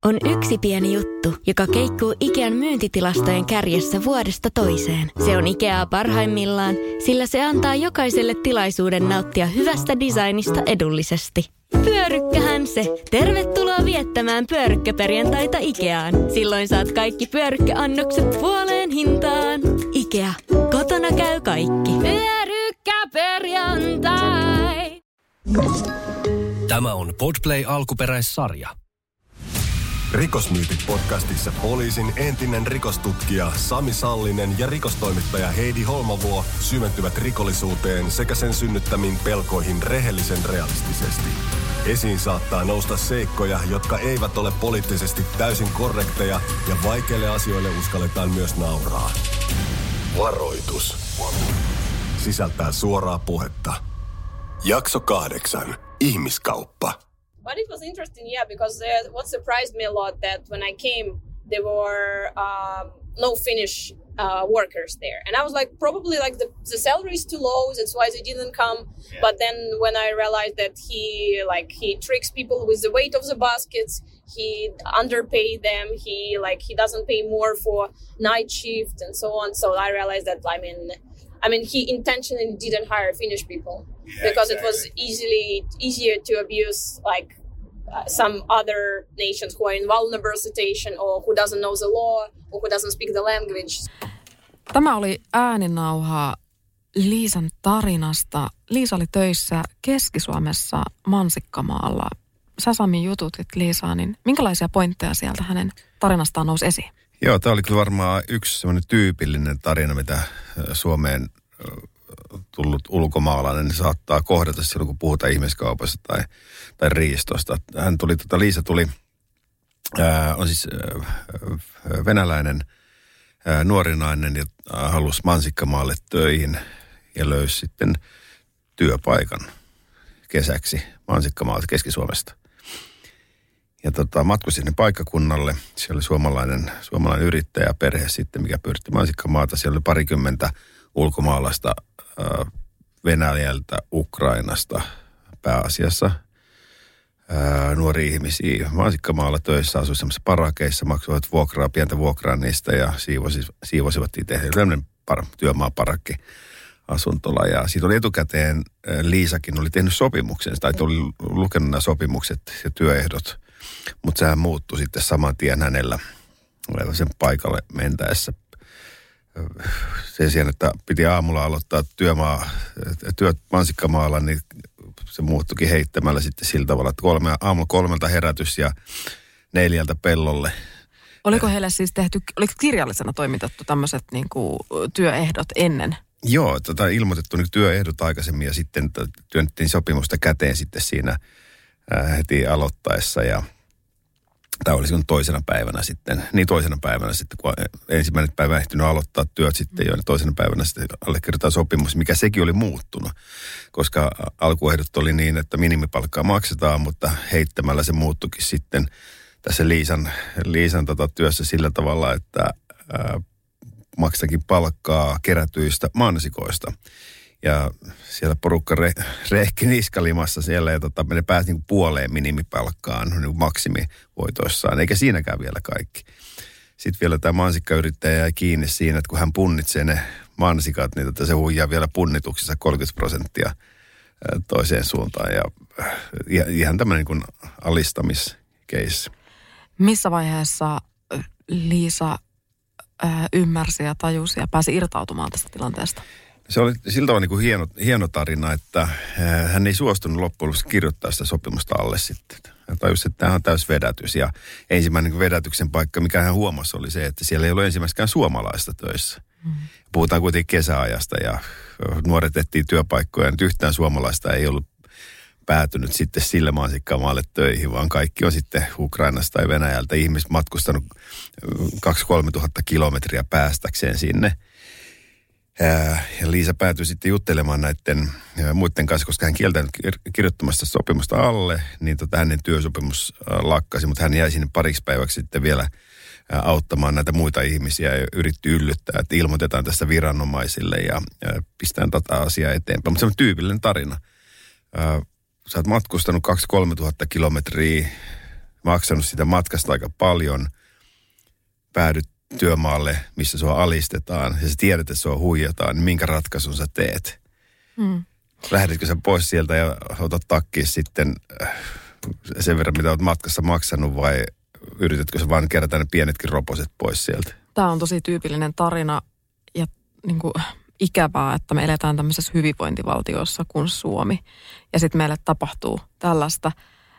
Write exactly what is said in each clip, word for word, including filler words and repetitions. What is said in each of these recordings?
on yksi pieni juttu, joka keikkuu Ikean myyntitilastojen kärjessä vuodesta toiseen. Se on Ikeaa parhaimmillaan, sillä se antaa jokaiselle tilaisuuden nauttia hyvästä designista edullisesti. Pyörykkähän se! Tervetuloa viettämään pyörykkäperjantaita Ikeaan. Silloin saat kaikki pyörykkäannokset puoleen hintaan. Ikea. Kotona käy kaikki. Pyörykkäperjantai! Tämä on Podplay alkuperäissarja. Rikosmyytit podcastissa poliisin entinen rikostutkija Sami Sallinen ja rikostoimittaja Heidi Holmavuo syventyvät rikollisuuteen sekä sen synnyttämiin pelkoihin rehellisen realistisesti. Esiin saattaa nousta seikkoja, jotka eivät ole poliittisesti täysin korrekteja ja vaikeille asioille uskalletaan myös nauraa. Varoitus. Sisältää suoraa puhetta. Jakso kahdeksan. Ihmiskauppa. But it was interesting, yeah, because uh, what surprised me a lot that when I came, there were um, no Finnish uh, workers there. And I was like, probably like the, the salary is too low, that's why they didn't come. Yeah. But then when I realized that he like he tricks people with the weight of the baskets, he underpaid them, he like he doesn't pay more for night shift and so on. So I realized that I mean I mean he intentionally didn't hire Finnish people. Yeah, because exactly. It was easily easier to abuse like uh, some other nations who are in vulnerable situation or who doesn't know the law or who doesn't speak the language. Tämä oli ääninauha Liisan tarinasta. Liisa oli töissä Keski-Suomessa Mansikkamaalla. Sä Sami jututit Liisaa, niin minkälaisia pointteja sieltä hänen tarinastaan nousi esiin? Joo, tämä oli kyllä varmaan yksi semmoinen tyypillinen tarina, mitä Suomeen tullut ulkomaalainen niin saattaa kohdata silloin, kun puhutaan ihmiskaupasta tai, tai riistosta. Hän tuli, tota, Liisa tuli, ää, on siis ää, venäläinen ää, nuori nainen ja ää, halusi Mansikkamaalle töihin ja löysi sitten työpaikan kesäksi Mansikkamaalta Keski-Suomesta. Ja tota, matkusti sinne paikkakunnalle. Siellä oli suomalainen, suomalainen yrittäjä perhe sitten, mikä pyöritti Mansikkamaata. Siellä oli parikymmentä ulkomaalaista äh, Venäjältä, Ukrainasta pääasiassa. Äh, nuoria ihmisiä Mansikkamaalla töissä, asuivat semmoisissa parakeissa, maksoivat vuokraa, pientä vuokraa niistä ja siivosivat, siivosivat itse. Tällainen par, työmaaparakki asuntola. Ja siitä oli etukäteen äh, Liisakin oli tehnyt sopimuksen, tai oli lukenut nämä sopimukset ja työehdot. Mutta sehän muuttui sitten saman tien hänellä sen paikalle mentäessä. Sen sijaan, että piti aamulla aloittaa työmaa, työt Mansikkamaalla, niin se muuttuikin heittämällä sitten sillä tavalla, että kolme, aamulla kolmelta herätys ja neljältä pellolle. Oliko heille siis tehty, oliko kirjallisena toimitettu tämmöiset niin kuin työehdot ennen? Joo, tota, ilmoitettu niin työehdot aikaisemmin ja sitten työnnettiin sopimusta käteen sitten siinä ää, heti aloittaessa ja tämä oli silloin toisena päivänä sitten, niin toisena päivänä sitten, kun ensimmäinen päivä ehtinyt aloittaa työt sitten jo, niin toisena päivänä sitten allekirjoitetaan sopimus, mikä sekin oli muuttunut, koska alkuehdot oli niin, että minimipalkkaa maksetaan, mutta heittämällä se muuttuikin sitten tässä Liisan, Liisan tota työssä sillä tavalla, että ää, maksetakin palkkaa kerätyistä mansikoista. Ja siellä porukka re, rehki niskalimassa siellä ja tota, ne pääsi niin puoleen minimipalkkaan niin maksimivoitoissaan, eikä siinäkään vielä kaikki. Sitten vielä tämä mansikkayrittäjä jäi kiinni siinä, että kun hän punnitsee ne mansikat, niin tota, se huijaa vielä punnituksessa kolmekymmentä prosenttia toiseen suuntaan. Ja, ja ihan tämmöinen niin kuin alistamiskeissi. Missä vaiheessa Liisa äh, ymmärsi ja tajusi ja pääsi irtautumaan tästä tilanteesta? Se oli sillä tavalla niin kuin hieno, hieno tarina, että hän ei suostunut loppujen lopuksi kirjoittaa sitä sopimusta alle sitten. Hän tajusi, että tämä on täys vedätys. Ja ensimmäinen vedätyksen paikka, mikä hän huomasi, oli se, että siellä ei ollut ensimmäistäkään suomalaista töissä. Mm. Puhutaan kuitenkin kesäajasta ja nuoret etsivät työpaikkoja. Nyt yhtään suomalaista ei ollut päätynyt sitten sille Mansikkamaalle töihin, vaan kaikki on sitten Ukrainasta tai Venäjältä ihmiset matkustanut kaksi kolme tuhatta kilometriä päästäkseen sinne. Ja Liisa päätyi sitten juttelemaan näiden muiden kanssa, koska hän kieltänyt kirjoittamasta sopimusta alle, niin tota hänen työsopimus lakkasi, mutta hän jäi sinne pariksi päiväksi sitten vielä auttamaan näitä muita ihmisiä ja yritti yllyttää, että ilmoitetaan tästä viranomaisille ja, ja pistetään tätä asiaa eteenpäin. Mutta se on tyypillinen tarina. Sä oot matkustanut kaksi kolme tuhatta kilometriä maksanut sitä matkasta aika paljon, päädyt työmaalle, missä sua alistetaan, ja sä tiedät, että sua huijataan, niin minkä ratkaisun sä teet? Hmm. Lähdetkö sä pois sieltä ja otat takkiin sitten sen verran, mitä oot matkassa maksanut, vai yritätkö sä vaan kerätä ne pienetkin roposet pois sieltä? Tämä on tosi tyypillinen tarina ja niin kuin ikävää, että me eletään tämmöisessä hyvinvointivaltiossa kuin Suomi. Ja sitten meille tapahtuu tällaista.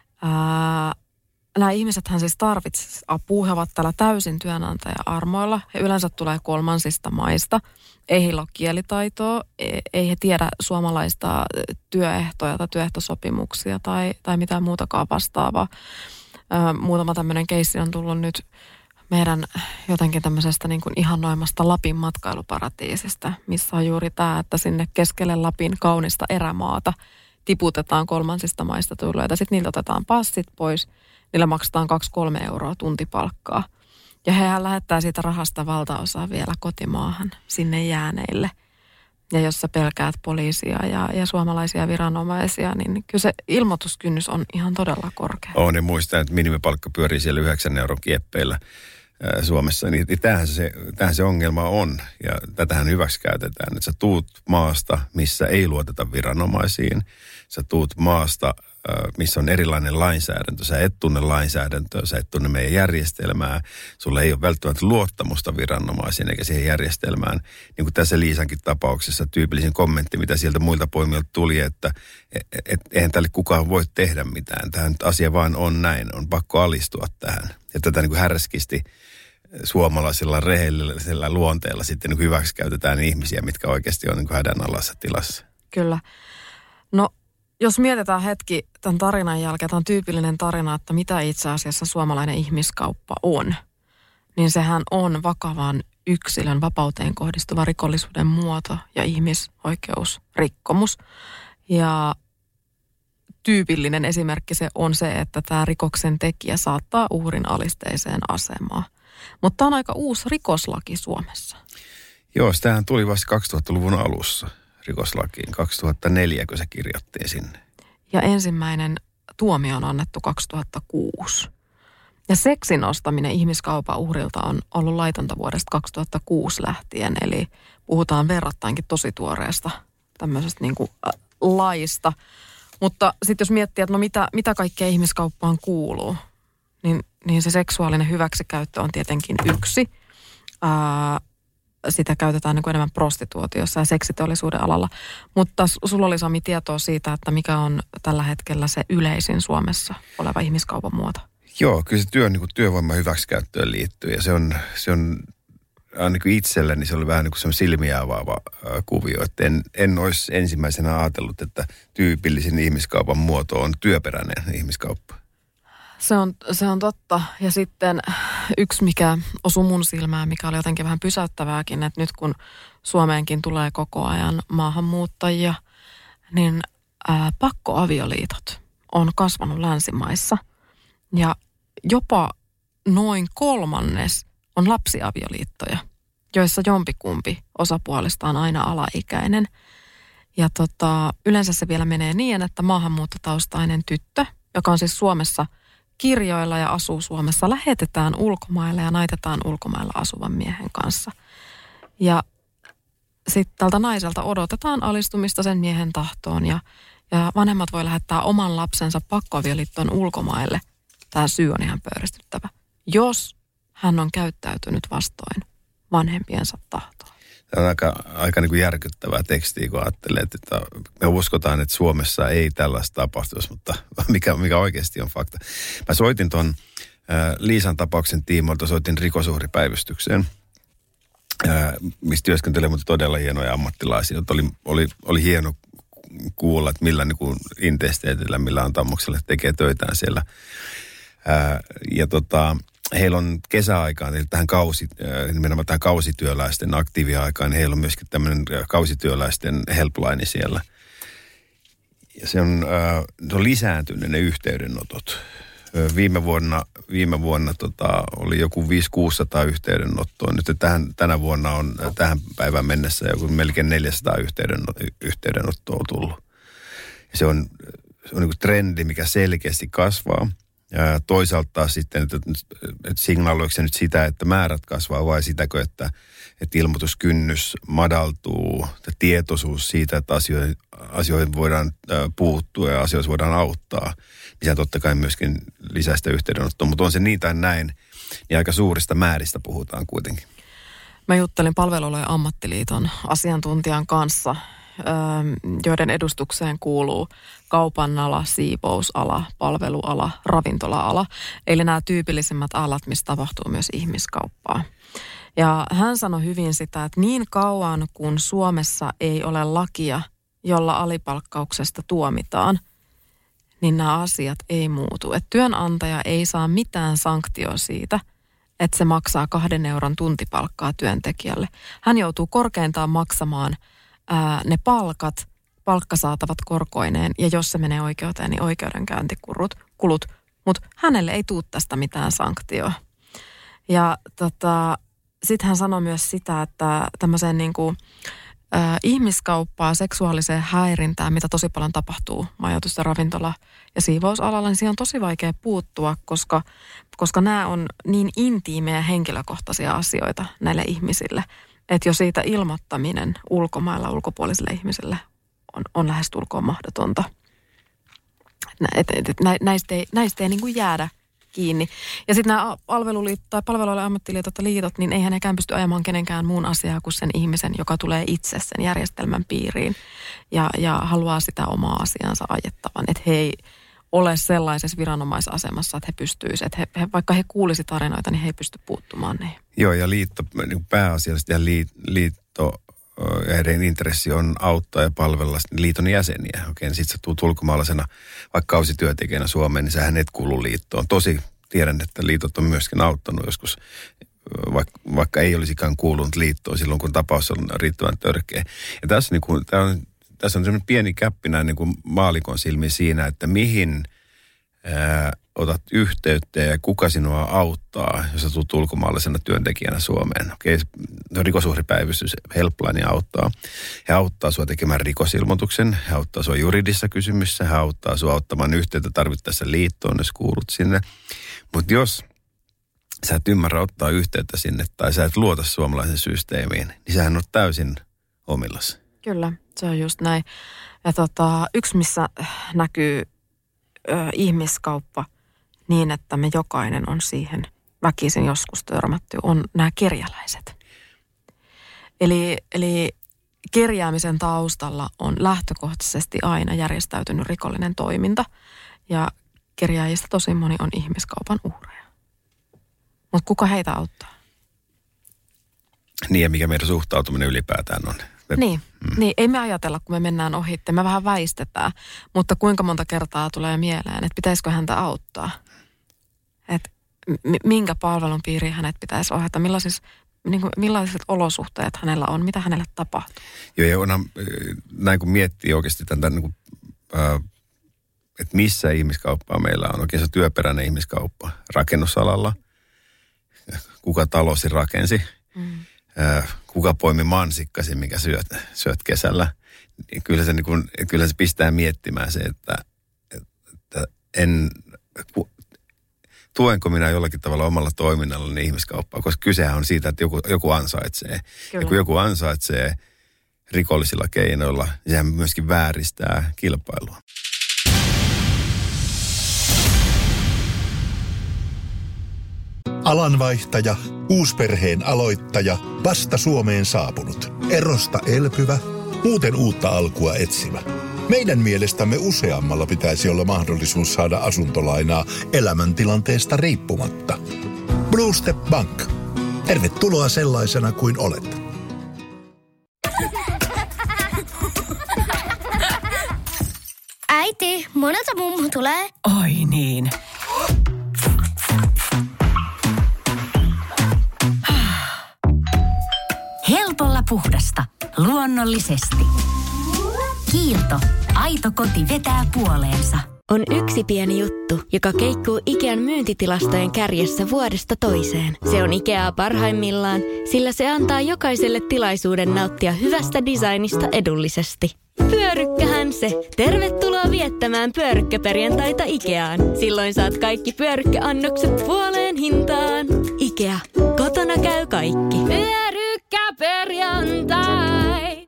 Ää, nämä ihmisethän siis tarvitsevat apua. He ovat täällä täysin työnantaja-armoilla. He yleensä tulee kolmansista maista. Ei heillä ole kielitaitoa, ei he tiedä suomalaista työehtoja tai työehtosopimuksia tai, tai mitään muutakaan vastaavaa. Ää, muutama tämmöinen keissi on tullut nyt meidän jotenkin tämmöisestä niin kuin ihannoimasta Lapin matkailuparatiisista, missä on juuri tämä, että sinne keskelle Lapin kaunista erämaata tiputetaan kolmansista maista tulleita. Sitten niiltä otetaan passit pois, niillä maksetaan kaksi kolme euroa tuntipalkkaa. Ja hehän lähettää siitä rahasta valtaosaa vielä kotimaahan sinne jääneille. Ja jos sä pelkäät poliisia ja, ja suomalaisia viranomaisia, niin kyllä se ilmoituskynnys on ihan todella korkea. On, ja muistan, että minimipalkka pyörii siellä yhdeksän euron kieppeillä ää, Suomessa. Niin, niin tämähän, se, tämähän se ongelma on, ja tätähän hyväksi käytetään. Että sä tuut maasta, missä ei luoteta viranomaisiin. Sä tuut maasta, missä on erilainen lainsäädäntö. Sä et tunne lainsäädäntöä, sä et tunne meidän järjestelmää. Sulla ei ole välttämättä luottamusta viranomaisiin eikä siihen järjestelmään. Niin kuin tässä Liisankin tapauksessa tyypillisin kommentti, mitä sieltä muilta poimilta tuli, että et, et, eihän tälle kukaan voi tehdä mitään. Tämä asia vaan on näin, on pakko alistua tähän. Ja tätä niin kuin härskisti suomalaisilla rehellisellä luonteella sitten niin hyväksi käytetään ihmisiä, mitkä oikeasti on niin kuin hädänalaisessa tilassa. Kyllä. No, jos mietitään hetki tämän tarinan jälkeen, tämä on tyypillinen tarina, että mitä itse asiassa suomalainen ihmiskauppa on, niin sehän on vakavan yksilön vapauteen kohdistuva rikollisuuden muoto ja ihmisoikeusrikkomus. Ja tyypillinen esimerkki se on se, että tämä rikoksen tekijä saattaa uhrin alisteiseen asemaan. Mutta tämä on aika uusi rikoslaki Suomessa. Joo, tämähän tuli vasta kaksituhattaluvun alussa. Rikoslakiin. kaksituhattaneljä, kun se kirjattiin sinne. Ja ensimmäinen tuomio on annettu kaksituhattakuusi. Ja seksin ostaminen ihmiskaupan uhrilta on ollut laitonta vuodesta kaksituhattakuusi lähtien. Eli puhutaan verrattainkin tosi tuoreesta tämmöisestä niin kuin äh, laista. Mutta sitten jos miettii, että no mitä, mitä kaikkea ihmiskauppaan kuuluu, niin, niin se seksuaalinen hyväksikäyttö on tietenkin yksi. Ää, sitä käytetään niin kuin enemmän prostituutiossa ja seksiteollisuuden alalla. Mutta sulla oli, Sami, tietoa siitä, että mikä on tällä hetkellä se yleisin Suomessa oleva ihmiskaupan muoto? Joo, kyllä se työ, niin kuin työvoiman hyväksikäyttöön liittyy. Ja se on, se on ainakin itselleni, se oli vähän niin kuin semmoinen silmiä avaava kuvio. Että en, en olisi ensimmäisenä ajatellut, että tyypillisin ihmiskaupan muoto on työperäinen ihmiskauppa. Se on, se on totta. Ja sitten yksi, mikä osui mun silmään, mikä oli jotenkin vähän pysäyttävääkin, että nyt kun Suomeenkin tulee koko ajan maahanmuuttajia, niin ää, pakkoavioliitot on kasvanut länsimaissa. Ja jopa noin kolmannes on lapsiavioliittoja, joissa jompikumpi osapuolista on aina alaikäinen. Ja tota, yleensä se vielä menee niin, että maahanmuuttotaustainen tyttö, joka on siis Suomessa kirjoilla ja asuu Suomessa, lähetetään ulkomaille ja naitetaan ulkomailla asuvan miehen kanssa. Ja sitten tältä naiselta odotetaan alistumista sen miehen tahtoon ja, ja vanhemmat voi lähettää oman lapsensa pakkoavioliittoon ulkomaille. Tämä syy on ihan pöyristyttävä, jos hän on käyttäytynyt vastoin vanhempiensa tahtoa. Tämä on aika, aika niin kuin järkyttävää tekstiä, kun ajattelee, että me uskotaan, että Suomessa ei tällaista tapahtuisi, mutta mikä, mikä oikeasti on fakta. Mä soitin tuon äh, Liisan tapauksen tiimoilta, soitin rikosuhripäivystykseen, äh, missä työskentelee mutta todella hienoja ammattilaisia. Oli, oli, oli hieno kuulla, että millä niin kuin intesteetillä, millä on tammuksella tekee töitään siellä. Äh, ja tota... Heillä on kesäaikaan, eli tähän, kausi, nimenomaan tähän kausityöläisten aktiiviaikaan, niin heillä on myöskin tämmöinen kausityöläisten helpline siellä. Ja se on, se on lisääntynyt ne yhteydenotot. Viime vuonna, viime vuonna tota, oli joku viisi kuusisataa yhteydenottoa. Nyt tähän, tänä vuonna on tähän päivään mennessä joku melkein neljäsataa yhteydenottoa tullut. Ja se on, se on niin kuin trendi, mikä selkeästi kasvaa. Ja toisaalta taas sitten, että, että signaaloiko se nyt sitä, että määrät kasvaa vai sitäkö, että, että ilmoituskynnys madaltuu, että tietoisuus siitä, että asioihin, asioihin voidaan puuttua ja asioissa voidaan auttaa. Niin se totta kai myöskin lisää sitä yhteydenottoa, mutta on se niin tai näin, niin aika suurista määristä puhutaan kuitenkin. Mä juttelin Palvelualojen ammattiliiton asiantuntijan kanssa, joiden edustukseen kuuluu kaupan ala, siivousala, palveluala, ravintola-ala. Eli nämä tyypillisimmät alat, missä tapahtuu myös ihmiskauppaa. Ja hän sanoi hyvin sitä, että niin kauan kun Suomessa ei ole lakia, jolla alipalkkauksesta tuomitaan, niin nämä asiat ei muutu. Että työnantaja ei saa mitään sanktioa siitä, että se maksaa kahden euron tuntipalkkaa työntekijälle. Hän joutuu korkeintaan maksamaan ää, ne palkat, palkkasaatavat korkoineen, ja jos se menee oikeuteen, niin oikeudenkäyntikulut, kulut, mutta hänelle ei tule tästä mitään sanktioa. Ja tota, sitten hän sanoi myös sitä, että tämmöiseen niin kuin, ää, ihmiskauppaa, seksuaaliseen häirintään, mitä tosi paljon tapahtuu majoitus- ja ravintola- ja siivousalalla, niin siihen on tosi vaikea puuttua, koska, koska nämä on niin intiimejä ja henkilökohtaisia asioita näille ihmisille, että jo siitä ilmoittaminen ulkomailla ulkopuolisille ihmisille on, on lähestulkoon mahdotonta. Et, et, et, näistä ei, näistä ei niin kuin jäädä kiinni. Ja sitten nämä palveluliitot tai palveluiden ammattiliitot ja liitot, niin eihän nekään pysty ajamaan kenenkään muun asiaa kuin sen ihmisen, joka tulee itse sen järjestelmän piiriin ja, ja haluaa sitä omaa asiansa ajettavan. Että he ei ole sellaisessa viranomaisasemassa, että he pystyisivät, että he, he, vaikka he kuulisi tarinoita, niin he ei pysty puuttumaan niihin. Joo, ja liitto, niin pääasiallisesti ja liitto ja heidän intressi on auttaa ja palvella liiton jäseniä. Okei, sitten sä tulet ulkomaalaisena vaikka kausityöntekijänä Suomeen, niin sähän et kuulu liittoon. Tosi tiedän, että liitot on myöskin auttanut joskus, vaikka, vaikka ei olisikaan kuulunut liittoon silloin, kun tapaus on riittävän törkeä. Ja tässä, niin kuin, on, tässä on sellainen pieni käppi näin niin kuin maalikon silmiin siinä, että mihin ää, otat yhteyttä ja kuka sinua auttaa, jos sä tulet ulkomaalaisena työntekijänä Suomeen. Okei, rikosuhripäivystys helpline auttaa. He auttaa sua tekemään rikosilmoituksen, he auttaa sua juridisessa kysymyssä, he auttaa sua ottamaan yhteyttä tarvittaessa liittoon, jos kuulut sinne. Mutta jos sä et ymmärrä ottaa yhteyttä sinne tai sä et luota suomalaisen systeemiin, niin sähän on täysin omillasi. Kyllä, se on just näin. Ja tota, yksi, missä näkyy ö, ihmiskauppa niin, että me jokainen on siihen väkisin joskus törmätty, on nämä kerjäläiset. Eli, eli kerjäämisen taustalla on lähtökohtaisesti aina järjestäytynyt rikollinen toiminta. Ja kerjääjistä tosi moni on ihmiskaupan uhreja. Mutta kuka heitä auttaa? Niin, ja mikä meidän suhtautuminen ylipäätään on. Me, niin, mm. niin, ei me ajatella, kun me mennään ohitte. Me vähän väistetään, mutta kuinka monta kertaa tulee mieleen, että pitäisikö häntä auttaa? Että minkä palvelun piiriin hänet pitäisi ohjata, millaiset, niin kuin, millaiset olosuhteet hänellä on, mitä hänelle tapahtuu. Joo, ja onhan, näin kun miettii oikeasti tämän, niin kuin, äh, että missä ihmiskauppaa meillä on. Oikein se työperäinen ihmiskauppa rakennusalalla. Kuka talosi rakensi. Mm. Äh, kuka poimi mansikkasi, mikä syöt, syöt kesällä. Niin kyllä, se, niin kuin, kyllä se pistää miettimään se, että, että en... tuenko minä jollakin tavalla omalla toiminnallani ihmiskauppaa, koska kysehän on siitä, että joku, joku ansaitsee. Kyllä. Ja kun joku ansaitsee rikollisilla keinoilla, niin sehän myöskin vääristää kilpailua. Alanvaihtaja, uusperheen aloittaja, vasta Suomeen saapunut, erosta elpyvä, muuten uutta alkua etsimä. Meidän mielestämme useammalla pitäisi olla mahdollisuus saada asuntolainaa elämäntilanteesta riippumatta. Blue Step Bank. Tervetuloa sellaisena kuin olet. Äiti, monelta mummu tulee? Oi niin. Helpolla puhdasta. Luonnollisesti. Kiilto. Aito koti vetää puoleensa. On yksi pieni juttu, joka keikkuu Ikean myyntitilastojen kärjessä vuodesta toiseen. Se on Ikeaa parhaimmillaan, sillä se antaa jokaiselle tilaisuuden nauttia hyvästä designista edullisesti. Pyörykkähän se. Tervetuloa viettämään pyörykkäperjantaita Ikeaan. Silloin saat kaikki pyörykkäannokset puoleen hintaan. Ikea. Kotona käy kaikki. Pyörykkäperjantai.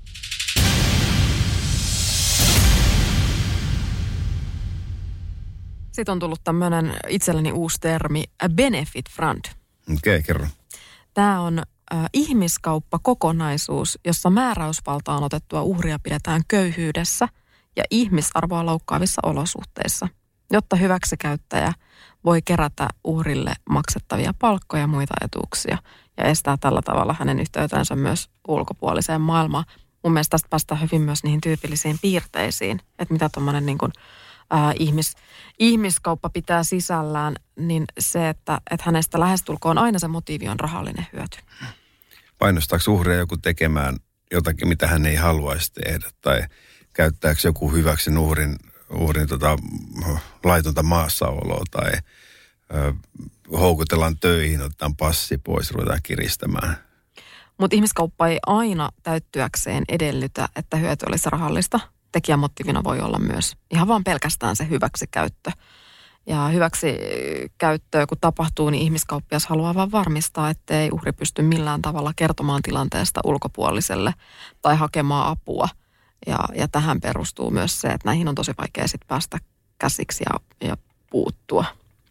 Sitten on tullut tämmöinen itselleni uusi termi, a benefit fund. Okei, okay, kerro. Tämä on äh, ihmiskauppakokonaisuus, jossa määräysvaltaan otettua uhria pidetään köyhyydessä ja ihmisarvoa loukkaavissa olosuhteissa, jotta hyväksikäyttäjä voi kerätä uhrille maksettavia palkkoja ja muita etuuksia ja estää tällä tavalla hänen yhteytensä myös ulkopuoliseen maailmaan. Mun mielestä tästä päästään hyvin myös niihin tyypillisiin piirteisiin, että mitä tuommoinen niin kuin Äh, ihmis, ihmiskauppa pitää sisällään, niin se, että, että hänestä lähestulkoon aina se motiivi on rahallinen hyöty. Painostaako uhria joku tekemään jotakin, mitä hän ei haluaisi tehdä, tai käyttääkö joku hyväksi uhrin, uhrin tota, laitonta maassaoloa, tai ö, houkutellaan töihin, otetaan passi pois, ruvetaan kiristämään. Mutta ihmiskauppa ei aina täyttyäkseen edellytä, että hyöty olisi rahallista. Tekijämotiivina voi olla myös ihan vaan pelkästään se hyväksikäyttö. Ja hyväksikäyttöä kun tapahtuu, niin ihmiskauppias haluaa vaan varmistaa, ettei uhri pysty millään tavalla kertomaan tilanteesta ulkopuoliselle tai hakemaan apua. Ja, ja tähän perustuu myös se, että näihin on tosi vaikea sit päästä käsiksi ja, ja puuttua.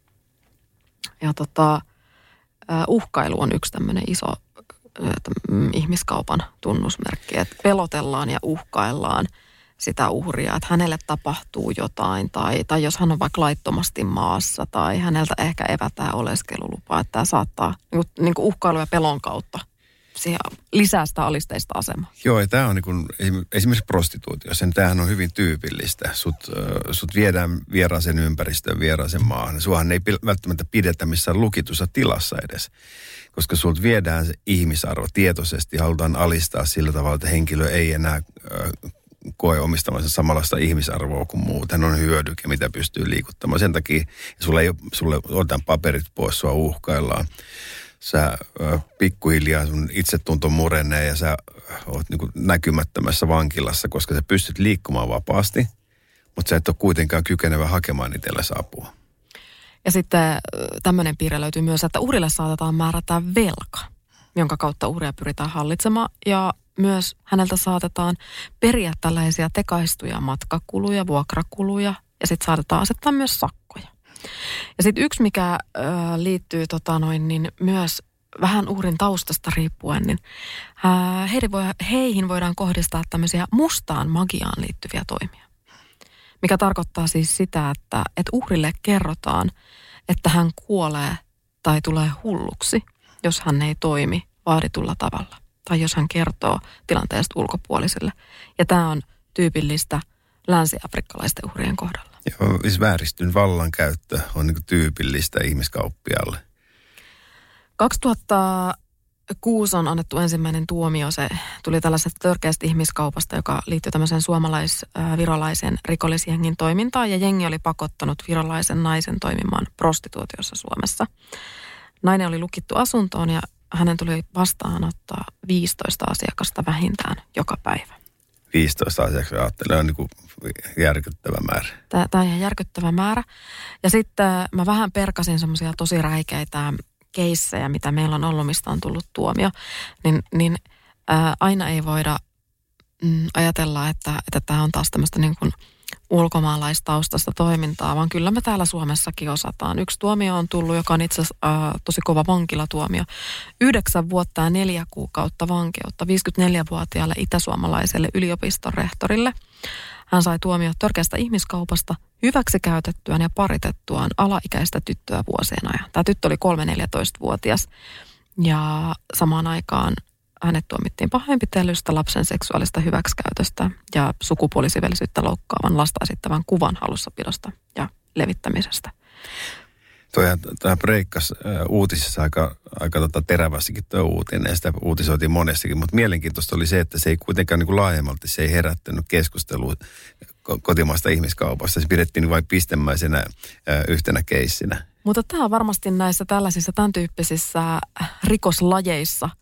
Ja tota, uhkailu on yksi tämmöinen iso ihmiskaupan tunnusmerkki, että pelotellaan ja uhkaillaan sitä uhria, että hänelle tapahtuu jotain tai, tai jos hän on vaikka laittomasti maassa tai häneltä ehkä evätään oleskelulupaa, että tämä saattaa niin kuin, niin kuin uhkailu ja pelon kautta siihen lisää sitä alisteista asemaa. Joo, ja tämä on niin kuin, esimerkiksi prostituutiossa, niin tämähän on hyvin tyypillistä. Sut, sut viedään vieraaseen ympäristöön, vieraaseen maahan. Suohan ei välttämättä pidetä missään lukitussa tilassa edes, koska sulta viedään se ihmisarvo tietoisesti. Halutaan alistaa sillä tavalla, että henkilö ei enää koe omistamansa samanlaista ihmisarvoa kuin muut. Hän on hyödyke, mitä pystyy liikuttamaan. Sen takia sulle, ei ole, sulle otetaan paperit pois, sua uhkaillaan. Sä äh, pikkuhiljaa sun itsetunto murenee ja sä oot niin kuin näkymättömässä vankilassa, koska sä pystyt liikkumaan vapaasti, mutta sä et ole kuitenkaan kykenevä hakemaan itsellesi apua. Ja sitten tämmöinen piirre löytyy myös, että uhrille saatetaan määrätä velka, jonka kautta uhria pyritään hallitsemaan ja myös häneltä saatetaan periä tällaisia tekaistuja matkakuluja, vuokrakuluja ja sitten saatetaan asettaa myös sakkoja. Ja sitten yksi, mikä ö, liittyy tota noin, niin myös vähän uhrin taustasta riippuen, niin ää, heihin, voi, heihin voidaan kohdistaa tämmöisiä mustaan magiaan liittyviä toimia. Mikä tarkoittaa siis sitä, että, että uhrille kerrotaan, että hän kuolee tai tulee hulluksi, jos hän ei toimi vaaditulla tavalla. Tai jos hän kertoo tilanteesta ulkopuoliselle. Ja tämä on tyypillistä länsi-afrikkalaisten uhrien kohdalla. Joo, siis vääristyn vallankäyttö on niin kuin tyypillistä ihmiskauppialle. kaksituhattakuusi on annettu ensimmäinen tuomio. Se tuli tällaisesta törkeästä ihmiskaupasta, joka liittyy tämmöiseen suomalais-virolaisen rikollisjengin toimintaan. Ja jengi oli pakottanut virolaisen naisen toimimaan prostituutiossa Suomessa. Nainen oli lukittu asuntoon ja hänen tuli vastaanottaa viisitoista asiakasta vähintään joka päivä. viisitoista asiakasta, ajattelen, on niin kuin järkyttävä määrä. Tämä on ihan järkyttävä määrä. Ja sitten mä vähän perkasin semmoisia tosi räikeitä keissejä, mitä meillä on ollut, mistä on tullut tuomio. Niin, niin ää, aina ei voida mm, ajatella, että, että tämä on taas tämmöistä niin kuin ulkomaalaistaustaista toimintaa, vaan kyllä me täällä Suomessakin osataan. Yksi tuomio on tullut, joka on itse asiassa äh, tosi kova vankilatuomio. Yhdeksän vuotta ja neljä kuukautta vankeutta viisikymmentäneljävuotiaalle itäsuomalaiselle yliopiston rehtorille. Hän sai tuomio törkeästä ihmiskaupasta hyväksikäytettyään ja paritettuaan alaikäistä tyttöä vuosien ajan. Tämä tyttö oli kolme-neljätoistavuotias ja samaan aikaan hänet tuomittiin pahoinpitelystä, lapsen seksuaalista hyväksikäytöstä ja sukupuolisivellisyyttä loukkaavan lasta esittävän kuvan hallussapidosta ja levittämisestä. Tämä breikkasi uutisissa aika, aika tota terävästikin tuo uutinen ja sitä uutisoitiin monestikin, mutta mielenkiintoista oli se, että se ei kuitenkaan niin kuin laajemmalti, se ei herättänyt keskustelua kotimaista ihmiskaupasta. Se pidettiin vain pistemäisenä yhtenä keissinä. Mutta tämä on varmasti näissä tällaisissa tämän tyyppisissä rikoslajeissa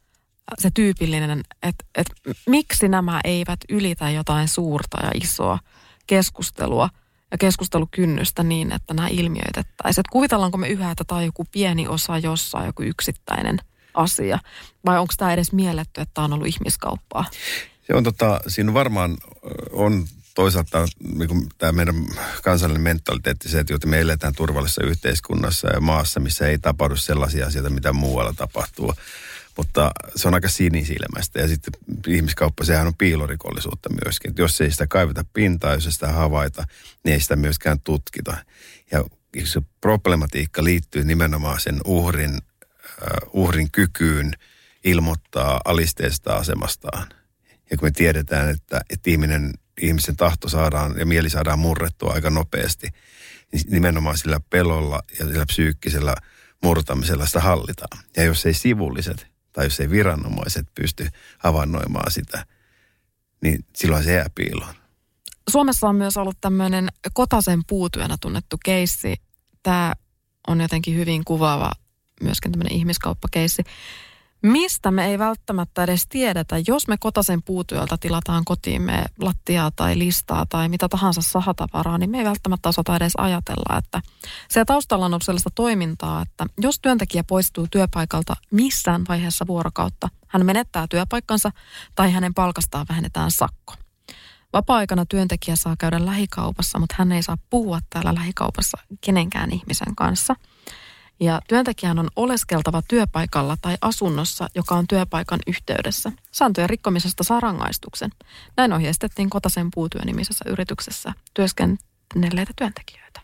se tyypillinen, että, että miksi nämä eivät ylitä jotain suurta ja isoa keskustelua ja keskustelukynnystä niin, että nämä ilmiöitettäisiin. Että kuvitellaanko me yhä, että tämä on joku pieni osa jossain, joku yksittäinen asia, vai onko tämä edes mielletty, että tämä on ollut ihmiskauppaa? Se on tota, siinä varmaan on toisaalta niin tämä meidän kansallinen mentaliteetti se, että me eletään turvallisessa yhteiskunnassa ja maassa, missä ei tapahdu sellaisia asioita, mitä muualla tapahtuu. Mutta se on aika sinisilmäistä ja sitten ihmiskauppa, sehän on piilorikollisuutta myöskin. Että jos ei sitä kaiveta pintaa, jos ei sitä havaita, niin ei sitä myöskään tutkita. Ja se problematiikka liittyy nimenomaan sen uhrin, uh, uhrin kykyyn ilmoittaa alisteista asemastaan. Ja kun me tiedetään, että, että ihminen, ihmisen tahto saadaan ja mieli saadaan murrettua aika nopeasti, niin nimenomaan sillä pelolla ja sillä psyykkisellä murtamisella sitä hallitaan. Ja jos ei sivulliset tai jos ei viranomaiset pysty havainnoimaan sitä, niin silloin se jää piiloon. Suomessa on myös ollut tämmöinen Kotasen puutyönä tunnettu keissi. Tämä on jotenkin hyvin kuvaava myöskin tämmöinen ihmiskauppakeissi. Mistä me ei välttämättä edes tiedetä, jos me Kotasen puutyöltä tilataan kotiimme lattiaa tai listaa tai mitä tahansa sahatavaraa, niin me ei välttämättä osata edes ajatella, että se taustalla on ollut sellaista toimintaa, että jos työntekijä poistuu työpaikalta missään vaiheessa vuorokautta, hän menettää työpaikkansa tai hänen palkastaan vähennetään sakko. Vapaa-aikana työntekijä saa käydä lähikaupassa, mutta hän ei saa puhua täällä lähikaupassa kenenkään ihmisen kanssa. Ja työntekijän on oleskeltava työpaikalla tai asunnossa, joka on työpaikan yhteydessä. Sääntöjen rikkomisesta saa rangaistuksen. Näin ohjeistettiin Kotasen puutyönimisessä yrityksessä työskennelleitä työntekijöitä.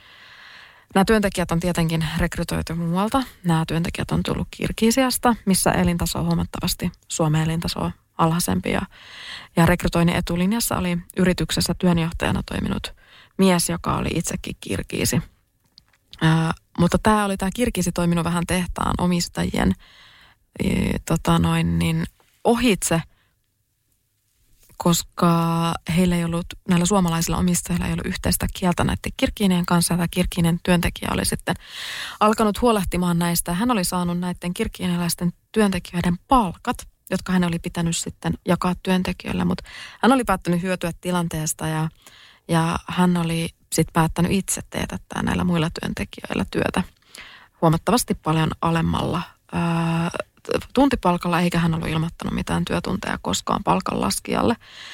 Nämä työntekijät on tietenkin rekrytoitu muualta. Nämä työntekijät on tullut Kirgisiasta, missä elintaso on huomattavasti Suomen elintasoa alhaisempi. Ja, ja rekrytoinnin etulinjassa oli yrityksessä työnjohtajana toiminut mies, joka oli itsekin kirgiisi. Ää, mutta tämä oli tämä Kirgisi toiminut vähän tehtaan omistajien e, tota noin, niin ohitse, koska heillä ei ollut, näillä suomalaisilla omistajilla ei ollut yhteistä kieltä näiden kirkkiinien kanssa. Tämä kirkkiinen työntekijä oli sitten alkanut huolehtimaan näistä. Hän oli saanut näiden kirkkiiniläisten työntekijöiden palkat, jotka hän oli pitänyt sitten jakaa työntekijöille, mutta hän oli päättänyt hyötyä tilanteesta ja, ja hän oli sitten päättänyt itse teetättää näillä muilla työntekijöillä työtä huomattavasti paljon alemmalla ää, tuntipalkalla, eikä hän ollut ilmoittanut mitään työtunteja koskaan palkanlaskijalle.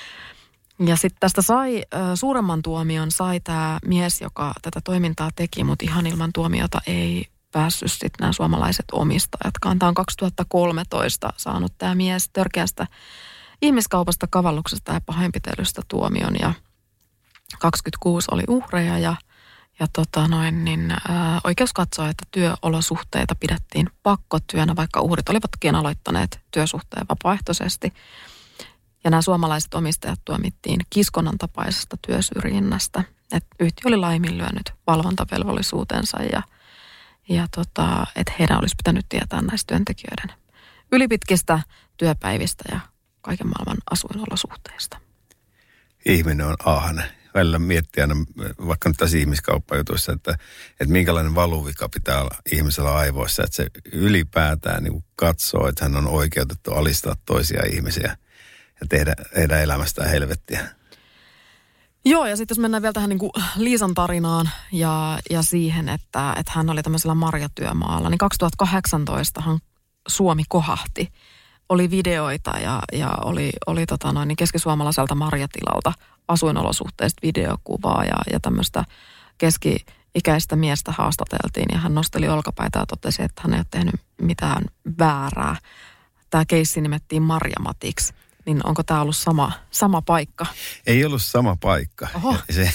Ja sitten tästä sai ää, suuremman tuomion sai tämä mies, joka tätä toimintaa teki, mutta ihan ilman tuomiota ei päässyt sitten nämä suomalaiset omistajatkaan. Tämä on kaksituhattakolmetoista saanut tämä mies törkeästä ihmiskaupasta, kavalluksesta ja pahoinpitelystä tuomion ja kaksikymmentäkuusi oli uhreja ja, ja tota noin, niin, ää, oikeus katsoi, että työolosuhteita pidettiin pakkotyönä, vaikka uhrit olivatkin aloittaneet työsuhteen vapaaehtoisesti. Ja nämä suomalaiset omistajat tuomittiin kiskonnan tapaisesta työsyrjinnästä. Että yhtiö oli laiminlyönyt valvontavelvollisuutensa ja, ja tota, että heidän olisi pitänyt tietää näistä työntekijöiden ylipitkistä työpäivistä ja kaiken maailman asuinolosuhteista. Ihminen on ahne. Välillä miettiä aina, vaikka nyt tässä ihmiskauppajutuissa, että, että minkälainen valuvika pitää olla ihmisellä aivoissa, että se ylipäätään niin kuin katsoo, että hän on oikeutettu alistaa toisia ihmisiä ja tehdä, tehdä elämästään helvettiä. Joo, ja sitten jos mennään vielä tähän niin kuin Liisan tarinaan ja, ja siihen, että, että hän oli tämmöisellä marjatyömaalla, niin kaksituhattakahdeksantoistahan Suomi kohahti. Oli videoita ja, ja oli, oli tota noin, niin keskisuomalaiselta marjatilalta asuinolosuhteista videokuvaa ja, ja tämmöistä keski-ikäistä miestä haastateltiin ja hän nosteli olkapäitä ja totesi, että hän ei ole tehnyt mitään väärää. Tämä keissi nimettiin Marjamatiksi. Niin onko tämä ollut sama, sama paikka? Ei ollut sama paikka. Oho. Se,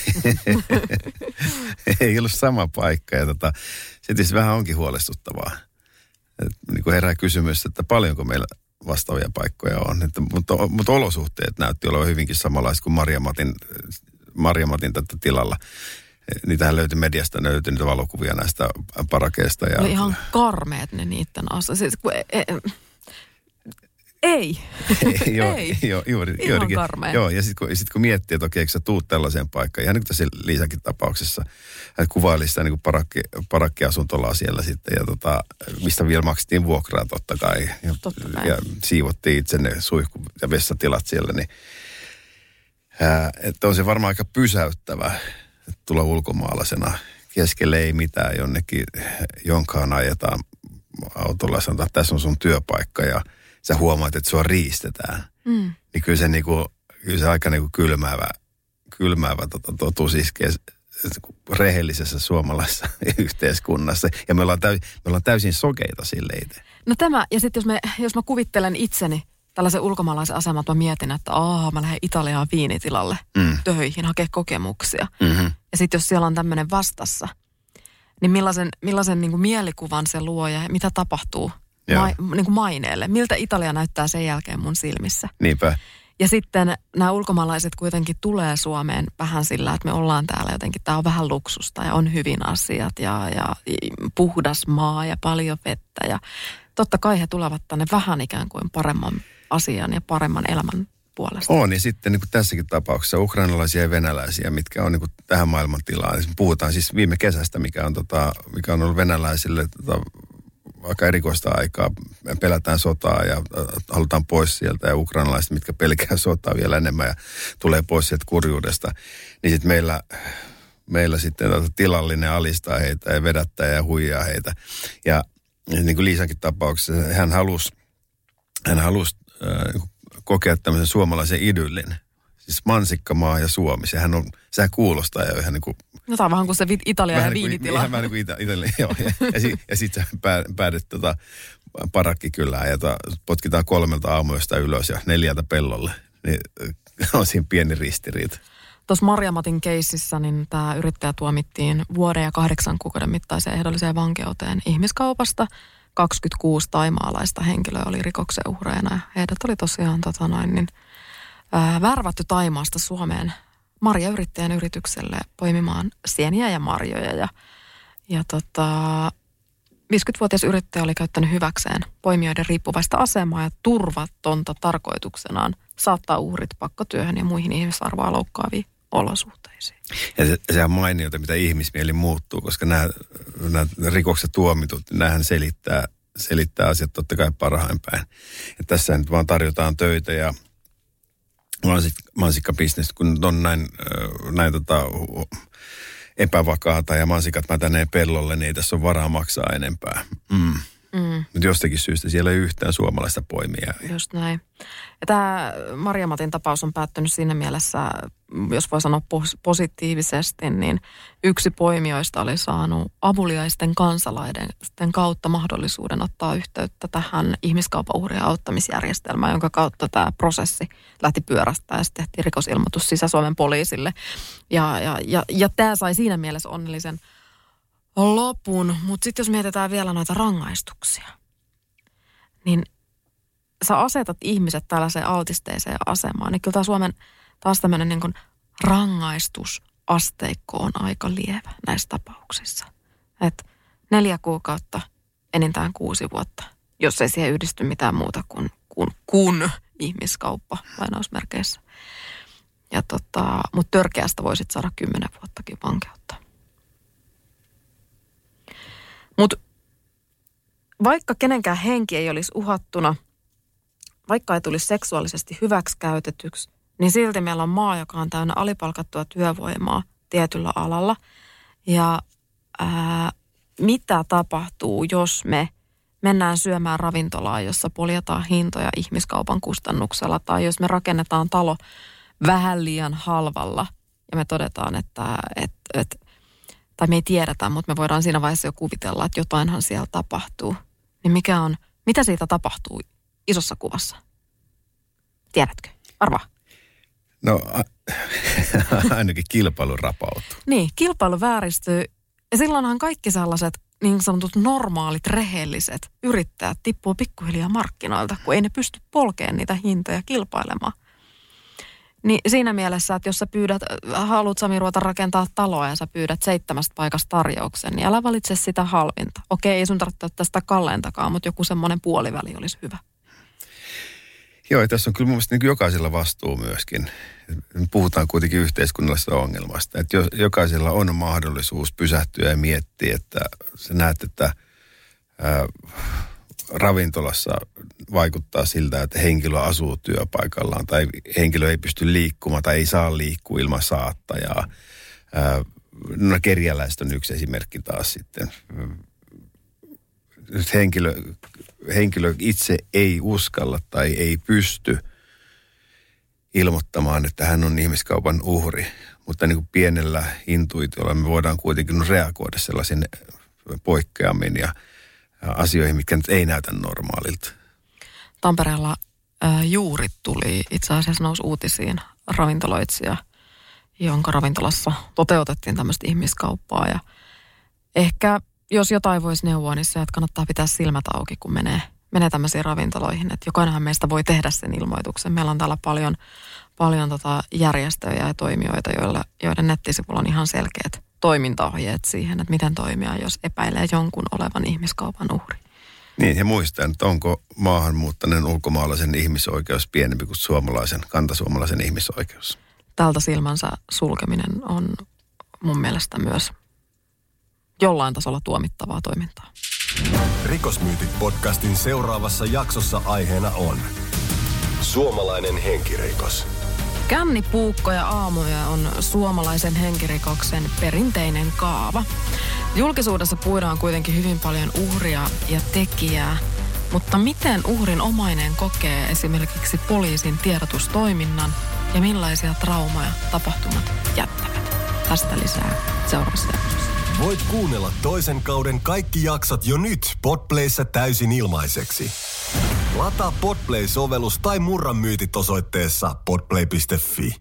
ei ollut sama paikka ja tota, se tietysti vähän onkin huolestuttavaa. Et, niin kuin herää kysymys, että paljonko meillä vastaavia paikkoja on. Että, mutta, mutta olosuhteet näytti olevan hyvinkin samanlaiset kuin Marjamatin, Marjamatin tätä tilalla. Niitähän löytyi mediasta, ne löytyi niitä valokuvia näistä parakeista. Ja oli ihan karmeet ne niiden asuja. Siis, e, e, Ei. joo, Ei. joo, juuri, Ihan juurikin. karmea. Joo, ja sitten kun, sit kun miettii, että okei, eikö sä tuut tällaiseen paikkaan, ihan niin kuin tässä Liisankin tapauksessa, hän kuvaili sitä niin kuin parakki, parakkiasuntolaa siellä sitten, ja tota, mistä vielä maksettiin vuokraa totta kai, ja, totta kai. ja siivottiin itse ne suihku- ja vessatilat siellä, niin ää, että on se varmaan aika pysäyttävä, että tulla ulkomaalaisena keskelle ei mitään jonnekin, jonkaan ajetaan autolla ja sanotaan, että tässä on sun työpaikka, ja sä huomaat, että sua riistetään. Mm. Niin kyllä se, niinku, kyllä se aika niinku kylmäävä, kylmäävä tota, totuus iskee rehellisessä suomalaisessa yhteiskunnassa. Ja me ollaan, täy, me ollaan täysin sokeita sille itse. No tämä, ja sitten jos, me, jos mä kuvittelen itseni tällaisen ulkomaalaisen aseman, että mä mietin, että aah, mä lähden Italiaan viinitilalle mm. töihin, hakea kokemuksia. Mm-hmm. Ja sitten jos siellä on tämmöinen vastassa, niin millaisen, millaisen niin kuin mielikuvan se luo ja mitä tapahtuu ma, niin kuin maineelle? Miltä Italia näyttää sen jälkeen mun silmissä? Niinpä. Ja sitten nämä ulkomaalaiset kuitenkin tulee Suomeen vähän sillä, että me ollaan täällä jotenkin, tämä on vähän luksusta ja on hyvin asiat ja, ja puhdas maa ja paljon vettä. Ja totta kai he tulevat tänne vähän ikään kuin paremman asian ja paremman elämän puolesta. On, ja sitten niin kuin tässäkin tapauksessa ukrainalaisia ja venäläisiä, mitkä on niin kuin tähän maailmantilaan. Puhutaan siis viime kesästä, mikä on, tota, mikä on ollut venäläisille tota, aika erikoista aikaa. Pelätään sotaa ja halutaan pois sieltä, ja ukrainalaiset, mitkä pelkää sotaa vielä enemmän ja tulee pois sieltä kurjuudesta. Niin sitten meillä, meillä sitten tota, tilallinen alistaa heitä ja vedättää ja huijaa heitä. Ja niin kuin Liisankin tapauksessa, hän halusi, hän halusi äh, kokea tämmöisen suomalaisen idyllin. Siis mansikkamaa ja Suomi. Sehän on, sehän kuulostaa jo ihan niin kuin... No tämä on vähän kuin se Italia ja viinitila. Ihan vähän niin kuin Ita, Italia, joo. Ja, ja, si, ja sitten sä pää, päädyt tota parakkikylään ja ta, potkitaan kolmelta aamuista ylös ja neljältä pellolle. Niin on siinä pieni ristiriita. Tuossa Marjamatin keississä niin tämä yrittäjä tuomittiin vuoden ja kahdeksan kuukauden mittaiseen ehdolliseen vankeuteen ihmiskaupasta. kaksikymmentäkuusi taimaalaista henkilöä oli rikoksen uhreina ja heidät oli tosiaan tota noin, niin, ää, värvätty Taimaasta Suomeen marjayrittäjän yritykselle poimimaan sieniä ja marjoja. Ja, ja tota, viisikymmentävuotias yrittäjä oli käyttänyt hyväkseen poimijoiden riippuvaista asemaa ja turvatonta tarkoituksenaan saattaa uhrit pakkotyöhön ja muihin ihmisarvoa loukkaaviin olosuhteisiin. Ja se, se on mainiota, mitä ihmismieli muuttuu, koska nämä, nämä rikokset tuomitut, nämähän selittää, selittää asiat totta kai parhain päin. Ja tässä nyt vaan tarjotaan töitä ja mansikkabisnes, kun on näin, näin tota, epävakaata ja mansikat mätänee pellolle, niin ei tässä ole varaa maksaa enempää. Mm. Mm. Mutta jostakin syystä siellä ei yhtään suomalaista poimia. Just näin. Ja tämä Marjamatin tapaus on päättynyt siinä mielessä, jos voi sanoa positiivisesti, niin yksi poimijoista oli saanut avuliaisten kansalaisten kautta mahdollisuuden ottaa yhteyttä tähän ihmiskaupan uhrien auttamisjärjestelmään, jonka kautta tämä prosessi lähti pyörästä ja sitten tehtiin rikosilmoitus Sisä-Suomen poliisille. Ja, ja, ja, ja tämä sai siinä mielessä onnellisen lopun, mutta sitten jos mietitään vielä noita rangaistuksia, niin sä asetat ihmiset tällaiseen altisteiseen asemaan, niin kyllä tämä Suomen taas tämmöinen niin kuin rangaistusasteikko on aika lievä näissä tapauksissa. Että neljä kuukautta, enintään kuusi vuotta, jos ei siihen yhdisty mitään muuta kuin, kuin, kuin ihmiskauppa lainausmerkeissä. Ja tota, mutta törkeästä voisit saada kymmenen vuottakin vankeutta. Mutta vaikka kenenkään henki ei olisi uhattuna, vaikka ei tulisi seksuaalisesti hyväksikäytetyksi, niin silti meillä on maa, joka on täynnä alipalkattua työvoimaa tietyllä alalla. Ja ää, mitä tapahtuu, jos me mennään syömään ravintolaa, jossa poljetaan hintoja ihmiskaupan kustannuksella, tai jos me rakennetaan talo vähän liian halvalla ja me todetaan, että... Et, et, tai me ei tiedetä, mutta me voidaan siinä vaiheessa jo kuvitella, että jotainhan siellä tapahtuu. Niin mikä on, mitä siitä tapahtuu isossa kuvassa? Tiedätkö? Arvaa. No ainakin kilpailu rapautuu. Niin, kilpailu vääristyy. Ja silloinhan kaikki sellaiset niin sanotut normaalit, rehelliset yrittäjät tippuu pikkuhiljaa markkinoilta, kun ei ne pysty polkemaan niitä hintoja kilpailemaan. Niin siinä mielessä, että jos sä pyydät, haluat Sami ruveta rakentaa taloa ja sä pyydät seitsemästä paikasta tarjouksen, niin älä valitse sitä halvinta. Okei, ei sun tarvitse ottaa sitä kalleentakaan, mutta joku semmoinen puoliväli olisi hyvä. Joo, ja tässä on kyllä mun mielestä niin jokaisella vastuu myöskin. Puhutaan kuitenkin yhteiskunnallisesta ongelmasta. Että jokaisella on mahdollisuus pysähtyä ja miettiä, että sä näet, että ää, ravintolassa vaikuttaa siltä, että henkilö asuu työpaikallaan tai henkilö ei pysty liikkumaan tai ei saa liikkua ilman saattajaa. Ää, no kerjäläiset on yksi esimerkki taas sitten. Henkilö, henkilö itse ei uskalla tai ei pysty ilmoittamaan, että hän on ihmiskaupan uhri. Mutta niin kuin pienellä intuitiolla me voidaan kuitenkin reagoida sellaisiin poikkeamiin ja asioihin, mitkä nyt ei näytä normaalilta. Tampereella äh, juuri tuli, itse asiassa nousi uutisiin ravintoloitsija, jonka ravintolassa toteutettiin tämmöistä ihmiskauppaa. Ja ehkä jos jotain voisi neuvoa, niin se, että kannattaa pitää silmät auki, kun menee, menee tämmöisiin ravintoloihin. Että jokainenhan meistä voi tehdä sen ilmoituksen. Meillä on täällä paljon, paljon tota järjestöjä ja toimijoita, joilla, joiden nettisivuilla on ihan selkeät toimintaohjeet siihen, että miten toimia, jos epäilee jonkun olevan ihmiskaupan uhri. Niin, ja muistan, että onko maahanmuuttaneen ulkomaalaisen ihmisoikeus pienempi kuin suomalaisen, kantasuomalaisen ihmisoikeus? Tältä silmänsä sulkeminen on mun mielestä myös jollain tasolla tuomittavaa toimintaa. Rikosmyytit podcastin seuraavassa jaksossa aiheena on suomalainen henkirikos. Kännipuukkoja aamuja on suomalaisen henkirikoksen perinteinen kaava. Julkisuudessa puidaan kuitenkin hyvin paljon uhria ja tekijää, mutta miten uhrin omainen kokee esimerkiksi poliisin tiedotustoiminnan ja millaisia traumaja tapahtumat jättävät? Tästä lisää seuraavassa jaksossa. Voit kuunnella toisen kauden kaikki jaksot jo nyt Podplayssä täysin ilmaiseksi. Lataa Podplay-sovellus tai murra myytit osoitteessa podplay piste fi.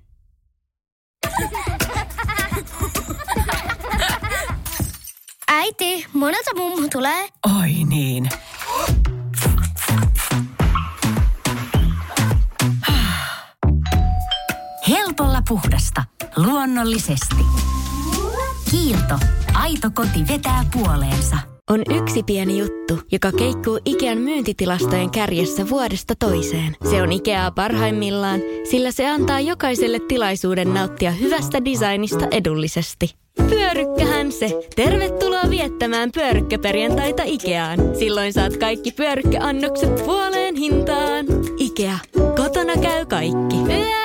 Äiti, monelta mummu tulee? Oi niin. Helpolla puhdasta. Luonnollisesti. Kiilto. Aito koti vetää puoleensa. On yksi pieni juttu, joka keikkuu Ikean myyntitilastojen kärjessä vuodesta toiseen. Se on Ikeaa parhaimmillaan, sillä se antaa jokaiselle tilaisuuden nauttia hyvästä designista edullisesti. Pyörykkähän se! Tervetuloa viettämään pyörykkäperjantaita Ikeaan. Silloin saat kaikki pyörykkäannokset puoleen hintaan. Ikea. Kotona käy kaikki.